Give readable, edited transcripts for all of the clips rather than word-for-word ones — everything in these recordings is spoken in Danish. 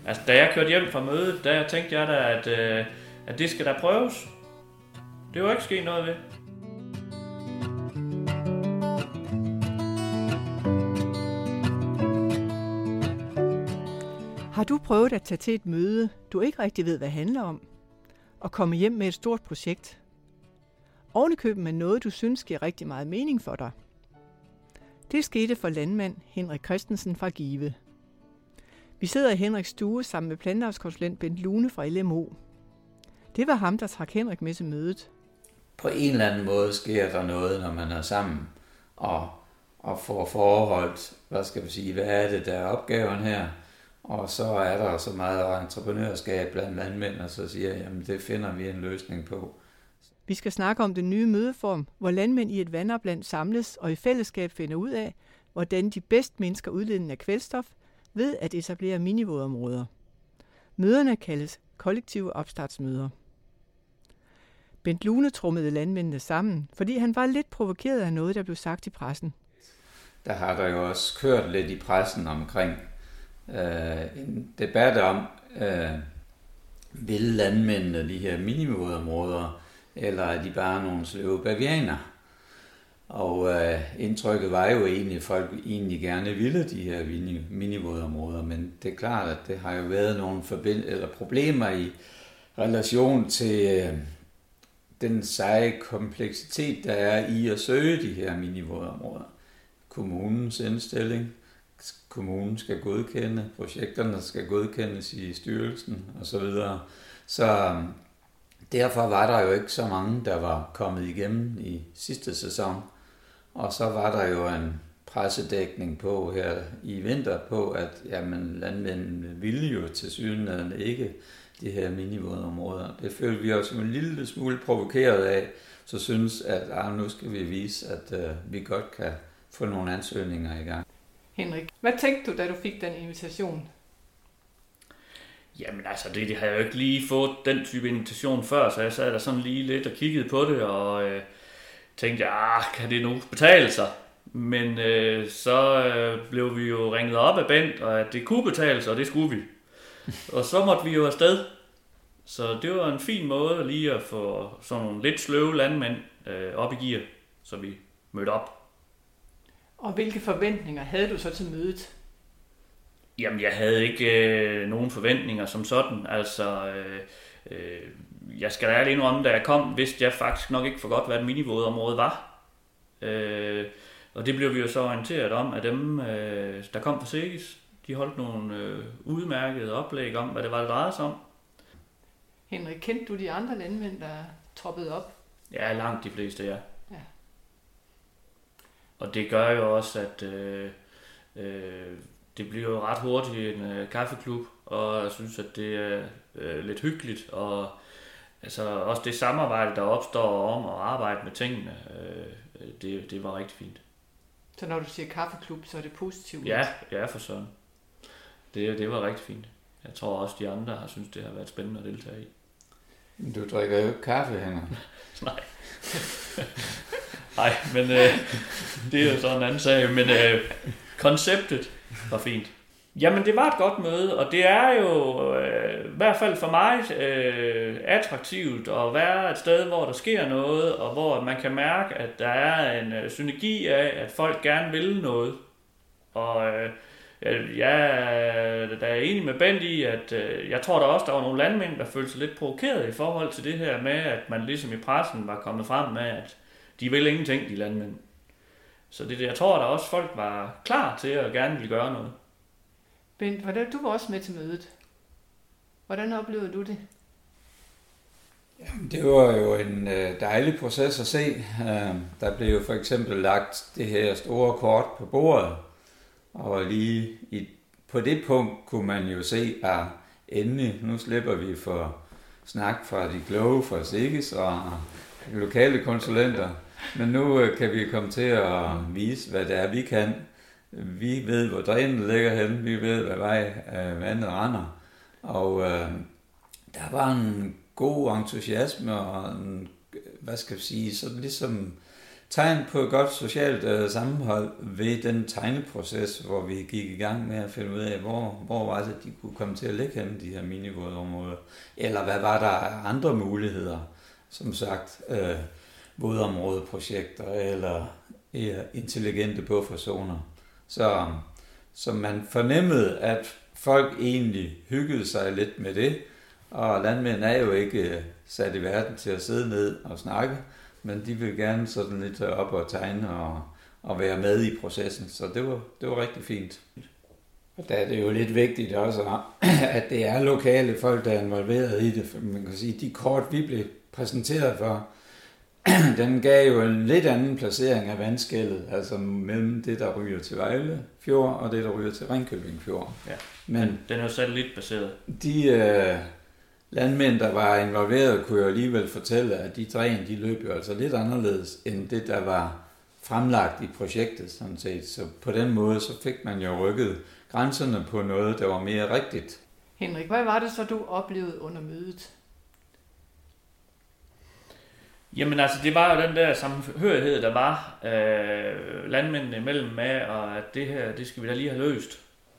Altså, da jeg kørte hjem fra mødet, der tænkte jeg da, at det skal da prøves. Det var ikke sket noget ved. Har du prøvet at tage til et møde, du ikke rigtig ved, hvad det handler om, og komme hjem med et stort projekt? Ovenikøbet med noget, du synes giver rigtig meget mening for dig. Det skete for landmand Henrik Christensen fra Give. Vi sidder i Henriks stue sammen med planteavlskonsulent Bent Lune fra LMO. Det var ham, der trak Henrik med til mødet. På en eller anden måde sker der noget, når man er sammen og får forholdt, hvad er det, der er opgaven her? Og så er der så meget entreprenørskab blandt landmænd, og så siger jeg, jamen det finder vi en løsning på. Vi skal snakke om den nye mødeform, hvor landmænd i et vandopland samles og i fællesskab finder ud af, hvordan de bedst mindsker udledningen af kvælstof ved at etablere minivådområder. Møderne kaldes kollektive opstartsmøder. Bent Lune trummede landmændene sammen, fordi han var lidt provokeret af noget, der blev sagt i pressen. Der har der jo også kørt lidt i pressen omkring en debat om, vil landmændene de her minivådområder, eller er de bare nogle sløve bavianer? Og indtrykket var jo egentlig, at folk egentlig gerne ville de her minivådområder, men det er klart, at det har jo været nogle problemer i relation til den seje kompleksitet, der er i at søge de her minivådområder. Kommunens indstilling, kommunen skal godkende, projekterne skal godkendes i styrelsen osv. Så derfor var der jo ikke så mange, der var kommet igennem i sidste sæson. Og så var der jo en pressedækning på her i vinter på, at jamen, landmændene ville jo til sydenlandet ikke de her minivådområder. Det følte vi os en lille smule provokeret af, så synes at nu skal vi vise, at vi godt kan få nogle ansøgninger i gang. Henrik, hvad tænkte du, da du fik den invitation? Jamen altså, det havde jeg jo ikke lige fået den type invitation før, så jeg sad der sådan lige lidt og kiggede på det, og tænkte, kan det nu betale sig? Men så blev vi jo ringet op af Bent, og at det kunne betale sig, og det skulle vi. Og så måtte vi jo afsted. Så det var en fin måde lige at få sådan nogle lidt sløve landmænd op i gear, så vi mødte op. Og hvilke forventninger havde du så til mødet? Jamen, jeg havde ikke nogen forventninger som sådan. Altså, jeg skal da ærligt indrømme, da jeg kom, vidste jeg faktisk nok ikke for godt, hvad et minivådområde var. Og det blev vi jo så orienteret om af dem, der kom fra Segis. De holdt nogle udmærkede oplæg om, hvad det var, det drejede sig om. Henrik, kendte du de andre landmænd, der troppede op? Ja, langt de fleste, ja. Ja. Og det gør jo også, at det bliver jo ret hurtigt en kaffeklub, og jeg synes, at det er lidt hyggeligt, og altså også det samarbejde, der opstår om at arbejde med tingene, det var rigtig fint. Så når du siger kaffeklub, så er det positivt? Ja, for sådan. Det var rigtig fint. Jeg tror også, de andre har synes, det har været spændende at deltage i. Du drikker jo ikke kaffe, Henrik. Nej. Nej, men det er jo sådan en anden sag. Men konceptet var fint. Jamen, det var et godt møde, og det er jo i hvert fald for mig attraktivt at være et sted, hvor der sker noget, og hvor man kan mærke, at der er en synergi af, at folk gerne vil noget. Og jeg er enig med Bent i, at jeg tror da også, der var nogle landmænd, der følte sig lidt provokeret i forhold til det her med, at man ligesom i pressen var kommet frem med, at de vil ingenting, de landmænd. Så jeg tror, der også folk var klar til at gerne ville gøre noget. Bent, du var også med til mødet. Hvordan oplevede du det? Jamen, det var jo en dejlig proces at se. Der blev jo for eksempel lagt det her store kort på bordet, og lige på det punkt kunne man jo se, at endelig, nu slipper vi for snak fra de kloge fra Segis og lokale konsulenter, men nu kan vi komme til at vise, hvad det er, vi kan. Vi ved, hvor drænen ligger henne, vi ved, hvad vej vandet render, og der var en god entusiasme og en, sådan ligesom tegn på et godt socialt sammenhold ved den tegneproces, hvor vi gik i gang med at finde ud af, hvor var det, de kunne komme til at ligge henne, de her minivådområder. Eller hvad var der af andre muligheder, som sagt vådområdeprojekter eller intelligente bufferzoner. Så man fornemmede, at folk egentlig hyggede sig lidt med det, og landmænd er jo ikke sat i verden til at sidde ned og snakke, men de vil gerne sådan lidt op og tegne og være med i processen, så det var rigtig fint. Og der er det jo lidt vigtigt også, at det er lokale folk, der er involveret i det, for man kan sige, de kort, vi blev præsenteret for, den gav jo en lidt anden placering af vandskellet, altså mellem det, der ryger til Vejle Fjord, og det, der ryger til Ringkøbing Fjord. Ja, men den er jo satellitbaseret. De landmænd, der var involveret, kunne jo alligevel fortælle, at de dræn, de løb jo altså lidt anderledes, end det, der var fremlagt i projektet, sådan set. Så på den måde, så fik man jo rykket grænserne på noget, der var mere rigtigt. Henrik, hvad var det så, du oplevede under mødet? Jamen altså, det var jo den der samhørighed, der var landmændene imellem med, og at det her, det skal vi da lige have løst.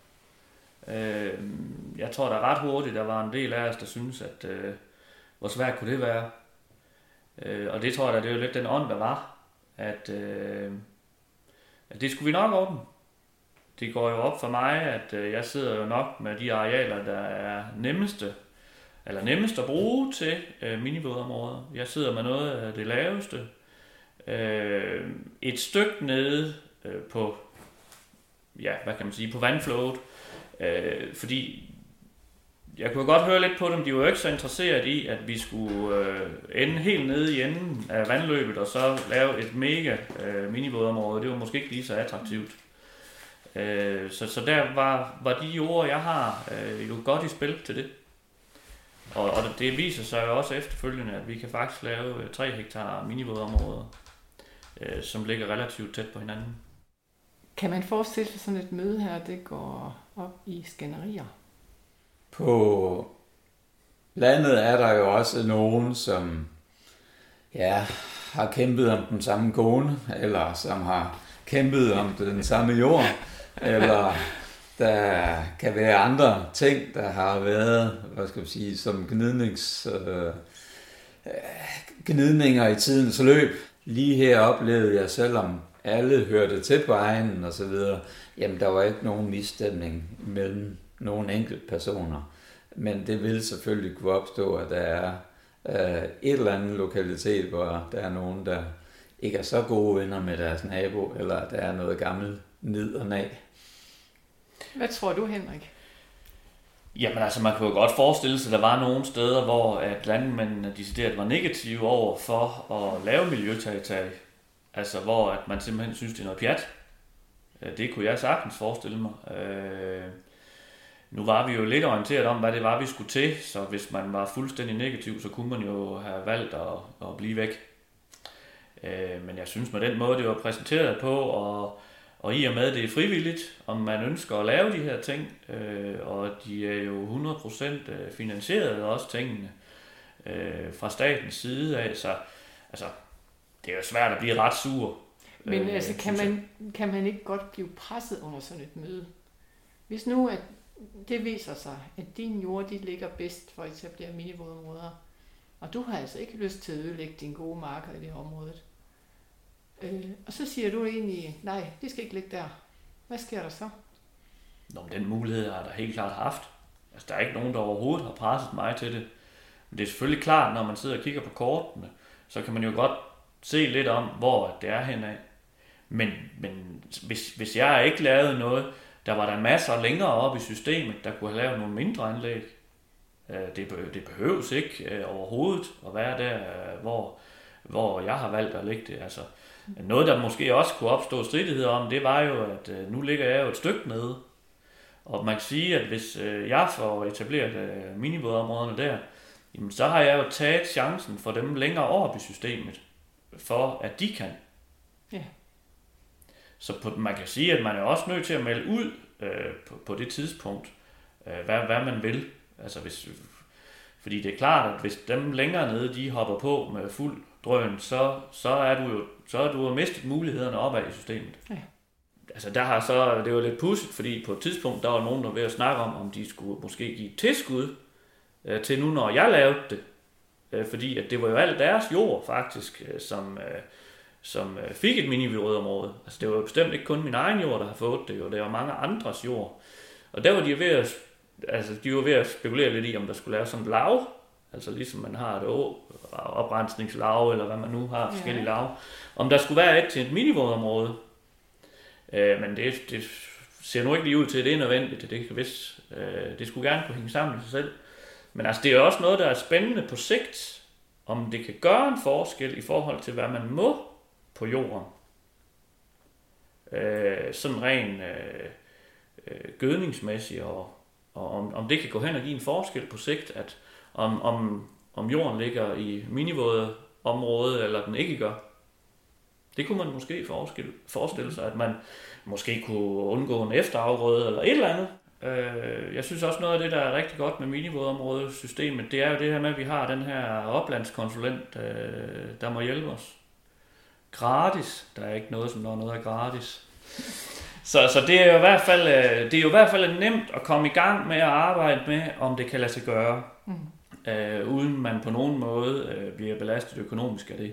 Jeg tror da ret hurtigt, der var en del af os, der synes, at hvor svært kunne det være. Og det tror jeg da, det er jo lidt den ånd, der var, at det skulle vi nok ordne. Det går jo op for mig, at jeg sidder jo nok med de arealer, der er nemmest at bruge til minivådområder. Jeg sidder med noget af det laveste. Et stykke nede på, ja, hvad kan man sige, på vandflowet. Fordi jeg kunne godt høre lidt på dem, de var jo ikke så interesseret i, at vi skulle ende helt nede i enden af vandløbet, og så lave et mega minivådområde. Det var måske ikke lige så attraktivt. Så der var de jord, jeg har, jo godt i spil til det. Og det viser sig jo også efterfølgende, at vi kan faktisk lave 3 hektar minivådområder, som ligger relativt tæt på hinanden. Kan man forestille sig sådan et møde her, det går op i skænderier? På landet er der jo også nogen, som har kæmpet om den samme kone, eller som har kæmpet om den samme jord, eller der kan være andre ting, der har været, som gnidninger i tidens løb. Lige her oplevede jeg, selvom alle hørte til på egnen og så videre, jamen der var ikke nogen misstemning mellem nogle enkelte personer. Men det vil selvfølgelig kunne opstå, at der er et eller andet lokalitet, hvor der er nogen, der ikke er så gode venner med deres nabo, eller at der er noget gammelt nid og nag. Hvad tror du, Henrik? Jamen altså, man kunne jo godt forestille sig, at der var nogle steder, hvor at landmændene decideret var negative over for at lave miljøtiltag. Altså, hvor at man simpelthen synes, det er noget pjat. Det kunne jeg sagtens forestille mig. Nu var vi jo lidt orienteret om, hvad det var, vi skulle til, så hvis man var fuldstændig negativ, så kunne man jo have valgt at blive væk. Men jeg synes, med den måde, det var præsenteret på, og i og med, det er frivilligt, om man ønsker at lave de her ting, og de er jo 100% finansieret også tingene fra statens side af, så altså, det er jo svært at blive ret sur. Men altså, kan man ikke godt blive presset under sådan et møde? Hvis nu at det viser sig, at din jord, de ligger bedst for at etablere minivådområder, og du har altså ikke lyst til at ødelægge dine gode marker i det område. Og så siger du egentlig, nej, det skal ikke ligge der. Hvad sker der så? Nå, den mulighed har der helt klart haft. Altså, der er ikke nogen, der overhovedet har presset mig til det. Men det er selvfølgelig klart, når man sidder og kigger på kortene, så kan man jo godt se lidt om, hvor det er henad. Men hvis jeg ikke lavede noget, der var der masser længere oppe i systemet, der kunne have lavet nogle mindre anlæg. Det behøves ikke overhovedet at være der, hvor jeg har valgt at lægge det. Altså, noget, der måske også kunne opstå stridighed om, det var jo, at nu ligger jeg jo et stykke nede. Og man kan sige, at hvis jeg får etableret minivådområderne der, jamen, så har jeg jo taget chancen for dem længere op i systemet, for at de kan. Ja. Så man kan sige, at man er også nødt til at melde ud på det tidspunkt, hvad man vil. Altså Fordi det er klart, at hvis dem længere nede, de hopper på med fuld drøn, så er du jo mistet mulighederne opad i systemet. Ja. Altså det var lidt pudsigt, fordi på et tidspunkt, der var nogen, der var ved at snakke om de skulle måske give tilskud til nu, når jeg lavede det. Fordi at det var jo alt deres jord faktisk, som fik et minivådområde. Altså det var jo bestemt ikke kun min egen jord, der har fået det, jo. Det var mange andres jord. Og der var de var ved at spekulere lidt i, om der skulle laves sådan et lav, altså ligesom man har et oprensningslav, eller hvad man nu har, forskellige lav. Om der skulle være et til et minivådområde. Men det ser nu ikke lige ud til, at det er nødvendigt. Det skulle gerne kunne hænge sammen i sig selv. Men altså, det er også noget, der er spændende på sigt, om det kan gøre en forskel i forhold til, hvad man må på jorden. Sådan rent gødningsmæssigt, og om det kan gå hen og give en forskel på sigt, at om jorden ligger i minivådområdet, eller den ikke gør. Det kunne man måske forestille sig, at man måske kunne undgå en efterafgrøde eller et eller andet. Jeg synes også noget af det, der er rigtig godt med minivådområdesystemet, det er jo det her med, at vi har den her oplandskonsulent, der må hjælpe os. Gratis. Der er ikke noget, som når noget er gratis. Så det er jo i hvert fald nemt at komme i gang med at arbejde med, om det kan lade sig gøre, uden man på nogen måde bliver belastet økonomisk af det.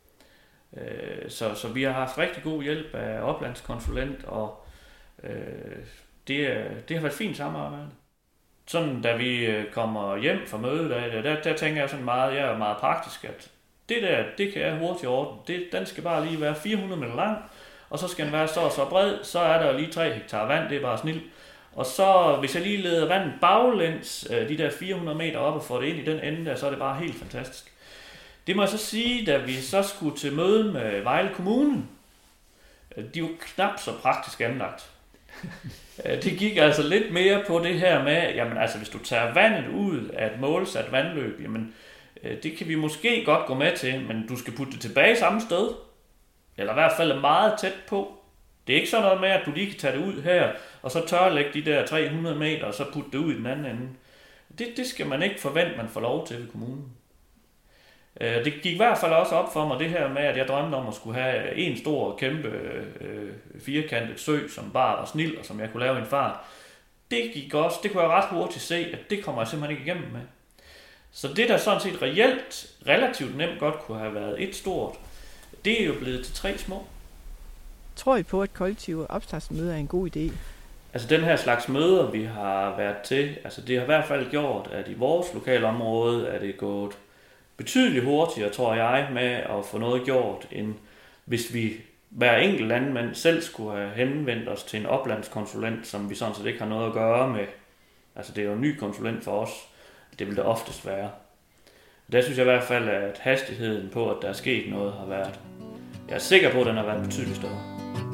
Så vi har haft rigtig god hjælp af oplandskonsulent, og det har været et fint samarbejde. Sådan, da vi kommer hjem fra mødet, der tænker jeg sådan meget, jeg er meget praktisk, at det kan jeg hurtigt ordne. Den skal bare lige være 400 meter lang, og så skal den være så bred, så er der lige 3 hektar vand, det er bare snilt. Og så, hvis jeg lige leder vandet baglæns, de der 400 meter op og får det ind i den ende der, så er det bare helt fantastisk. Det må jeg så sige, da vi så skulle til møde med Vejle Kommune, de er jo knap så praktisk anlagt. Det gik altså lidt mere på det her med, jamen altså hvis du tager vandet ud af et målsat vandløb, jamen det kan vi måske godt gå med til, men du skal putte det tilbage samme sted. Eller i hvert fald meget tæt på. Det er ikke sådan noget med, at du lige kan tage det ud her, og så tørlægge de der 300 meter, og så putte det ud i den anden ende. Det skal man ikke forvente, man får lov til ved kommunen. Det gik i hvert fald også op for mig, det her med, at jeg drømte om at skulle have en stor, kæmpe, firkantet sø, som bare var snild, og som jeg kunne lave en fart. Det gik også, det kunne jeg ret hurtigt se, at det kommer jeg simpelthen ikke igennem med. Så det, der sådan set relativt nemt godt kunne have været et stort, det er jo blevet til 3 små. Tror I på, at kollektive opstartsmøder er en god idé? Altså den her slags møder, vi har været til, altså det har i hvert fald gjort, at i vores lokalområde er det gået betydeligt hurtigere, tror jeg, med at få noget gjort, end hvis vi hver enkelt landmand selv skulle have henvendt os til en oplandskonsulent, som vi sådan set ikke har noget at gøre med. Altså det er jo en ny konsulent for os. Det vil det oftest være. Der synes jeg i hvert fald, at hastigheden på, at der er sket noget, har været. Jeg er sikker på, at den har været betydeligt større.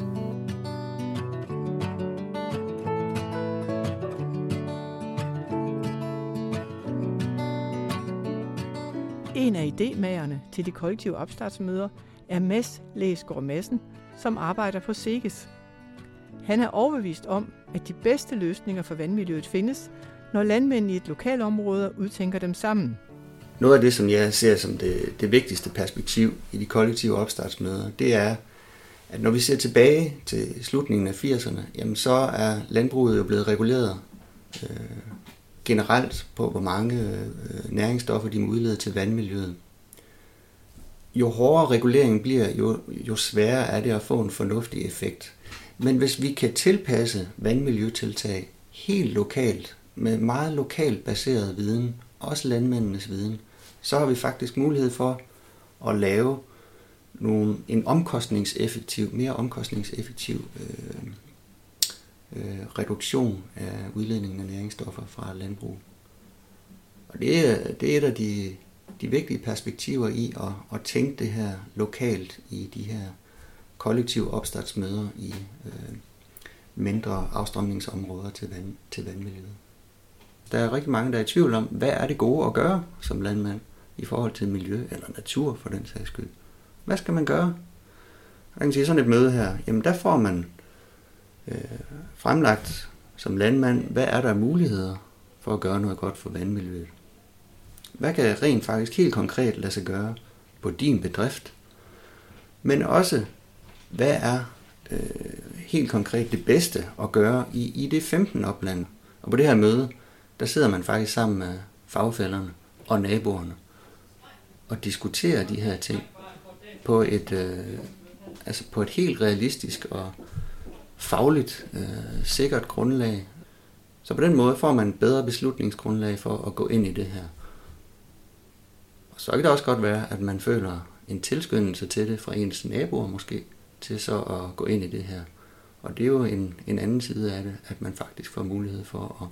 En af idémagerne til de kollektive opstartsmøder er Mads Læsgaard Madsen, som arbejder på SEGES. Han er overbevist om, at de bedste løsninger for vandmiljøet findes, når landmænd i et lokalområde udtænker dem sammen. Noget af det, som jeg ser som det vigtigste perspektiv i de kollektive opstartsmøder, det er, at når vi ser tilbage til slutningen af 80'erne, jamen så er landbruget jo blevet reguleret generelt på, hvor mange næringsstoffer de må udlede til vandmiljøet. Jo hårdere reguleringen bliver, jo sværere er det at få en fornuftig effekt. Men hvis vi kan tilpasse vandmiljøtiltag helt lokalt, med meget lokalt baseret viden, også landmændenes viden, så har vi faktisk mulighed for at lave en mere omkostningseffektiv reduktion af udledningen af næringsstoffer fra landbrug. Og det er et af de vigtige perspektiver i at tænke det her lokalt i de her kollektive opstartsmøder i mindre afstrømningsområder til vandmiljøet. Der er rigtig mange, der er i tvivl om, hvad er det gode at gøre som landmand i forhold til miljø eller natur for den sags skyld. Hvad skal man gøre? Jeg kan sige sådan et møde her, jamen der får man fremlagt som landmand, hvad er der muligheder for at gøre noget godt for vandmiljøet. Hvad kan rent faktisk helt konkret lade sig gøre på din bedrift? Men også, hvad er helt konkret det bedste at gøre i det 15 opland? Og på det her møde, der sidder man faktisk sammen med fagfællerne og naboerne og diskuterer de her ting på et helt realistisk og fagligt sikkert grundlag. Så på den måde får man et bedre beslutningsgrundlag for at gå ind i det her. Og så kan det også godt være, at man føler en tilskyndelse til det fra ens naboer måske, til så at gå ind i det her. Og det er jo en anden side af det, at man faktisk får mulighed for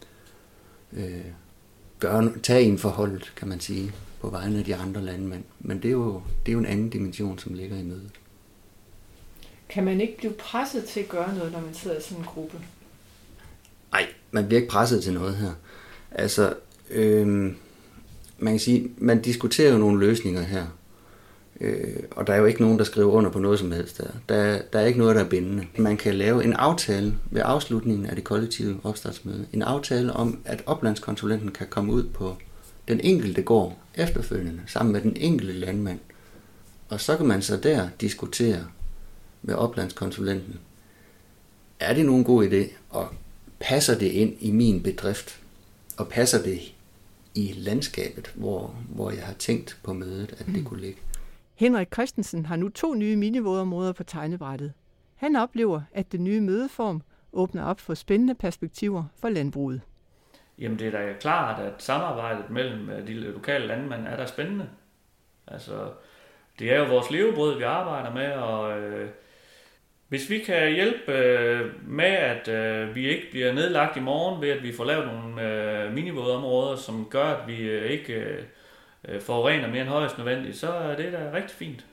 at tage en forholdet, kan man sige, på vegne af de andre landmænd. Men det er jo en anden dimension, som ligger i mødet. Kan man ikke blive presset til at gøre noget, når man sidder i sådan en gruppe? Nej, man bliver ikke presset til noget her. Altså, man kan sige, man diskuterer jo nogle løsninger her. Og der er jo ikke nogen, der skriver under på noget som helst der. Der er ikke noget, der er bindende. Man kan lave en aftale ved afslutningen af det kollektive opstartsmøde. En aftale om, at oplandskonsulenten kan komme ud på den enkelte gård efterfølgende, sammen med den enkelte landmand. Og så kan man så der diskutere med oplandskonsulenten. Er det nogen god idé, og passer det ind i min bedrift? Og passer det i landskabet, hvor jeg har tænkt på mødet, at det kunne ligge? Henrik Christensen har nu 2 nye minivådområder på tegnebrættet. Han oplever, at den nye mødeform åbner op for spændende perspektiver for landbruget. Jamen det er da klart, at samarbejdet mellem de lokale landmænd er da spændende. Altså, det er jo vores levebrød, vi arbejder med, og hvis vi kan hjælpe med, at vi ikke bliver nedlagt i morgen, ved at vi får lavet nogle minivådområder, som gør, at vi ikke forurener mere end højst nødvendigt, så er det da rigtig fint.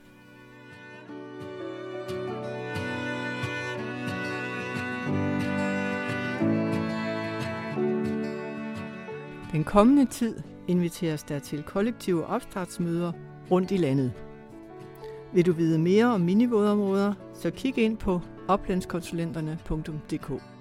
Den kommende tid inviteres der til kollektive opstartsmøder rundt i landet. Vil du vide mere om minivådområder, så kig ind på oplandskonsulenterne.dk.